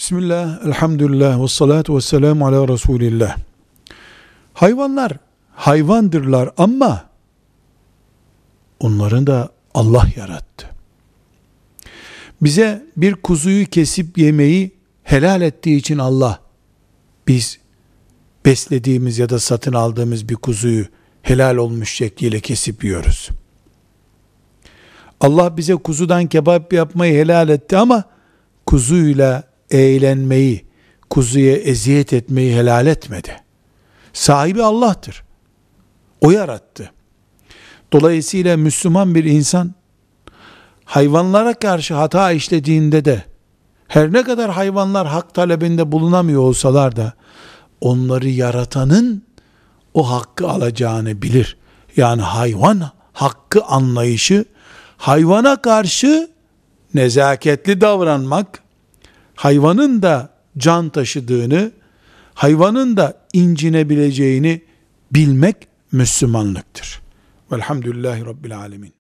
Bismillah, elhamdülillah, ve salatu ve selamu ala Resulillah. Hayvanlar hayvandırlar ama onların da Allah yarattı. Bize bir kuzuyu kesip yemeyi helal ettiği için Allah, biz beslediğimiz ya da satın aldığımız bir kuzuyu helal olmuş şekliyle kesip yiyoruz. Allah bize kuzudan kebap yapmayı helal etti ama kuzuyla eğlenmeyi, kuzuya eziyet etmeyi helal etmedi. Sahibi Allah'tır. O yarattı. Dolayısıyla Müslüman bir insan hayvanlara karşı hata işlediğinde de her ne kadar hayvanlar hak talebinde bulunamıyor olsalar da onları yaratanın o hakkı alacağını bilir. Yani hayvan hakkı anlayışı, hayvana karşı nezaketli davranmak, hayvanın da can taşıdığını, hayvanın da incinebileceğini bilmek Müslümanlıktır. Velhamdülillahi Rabbil Alemin.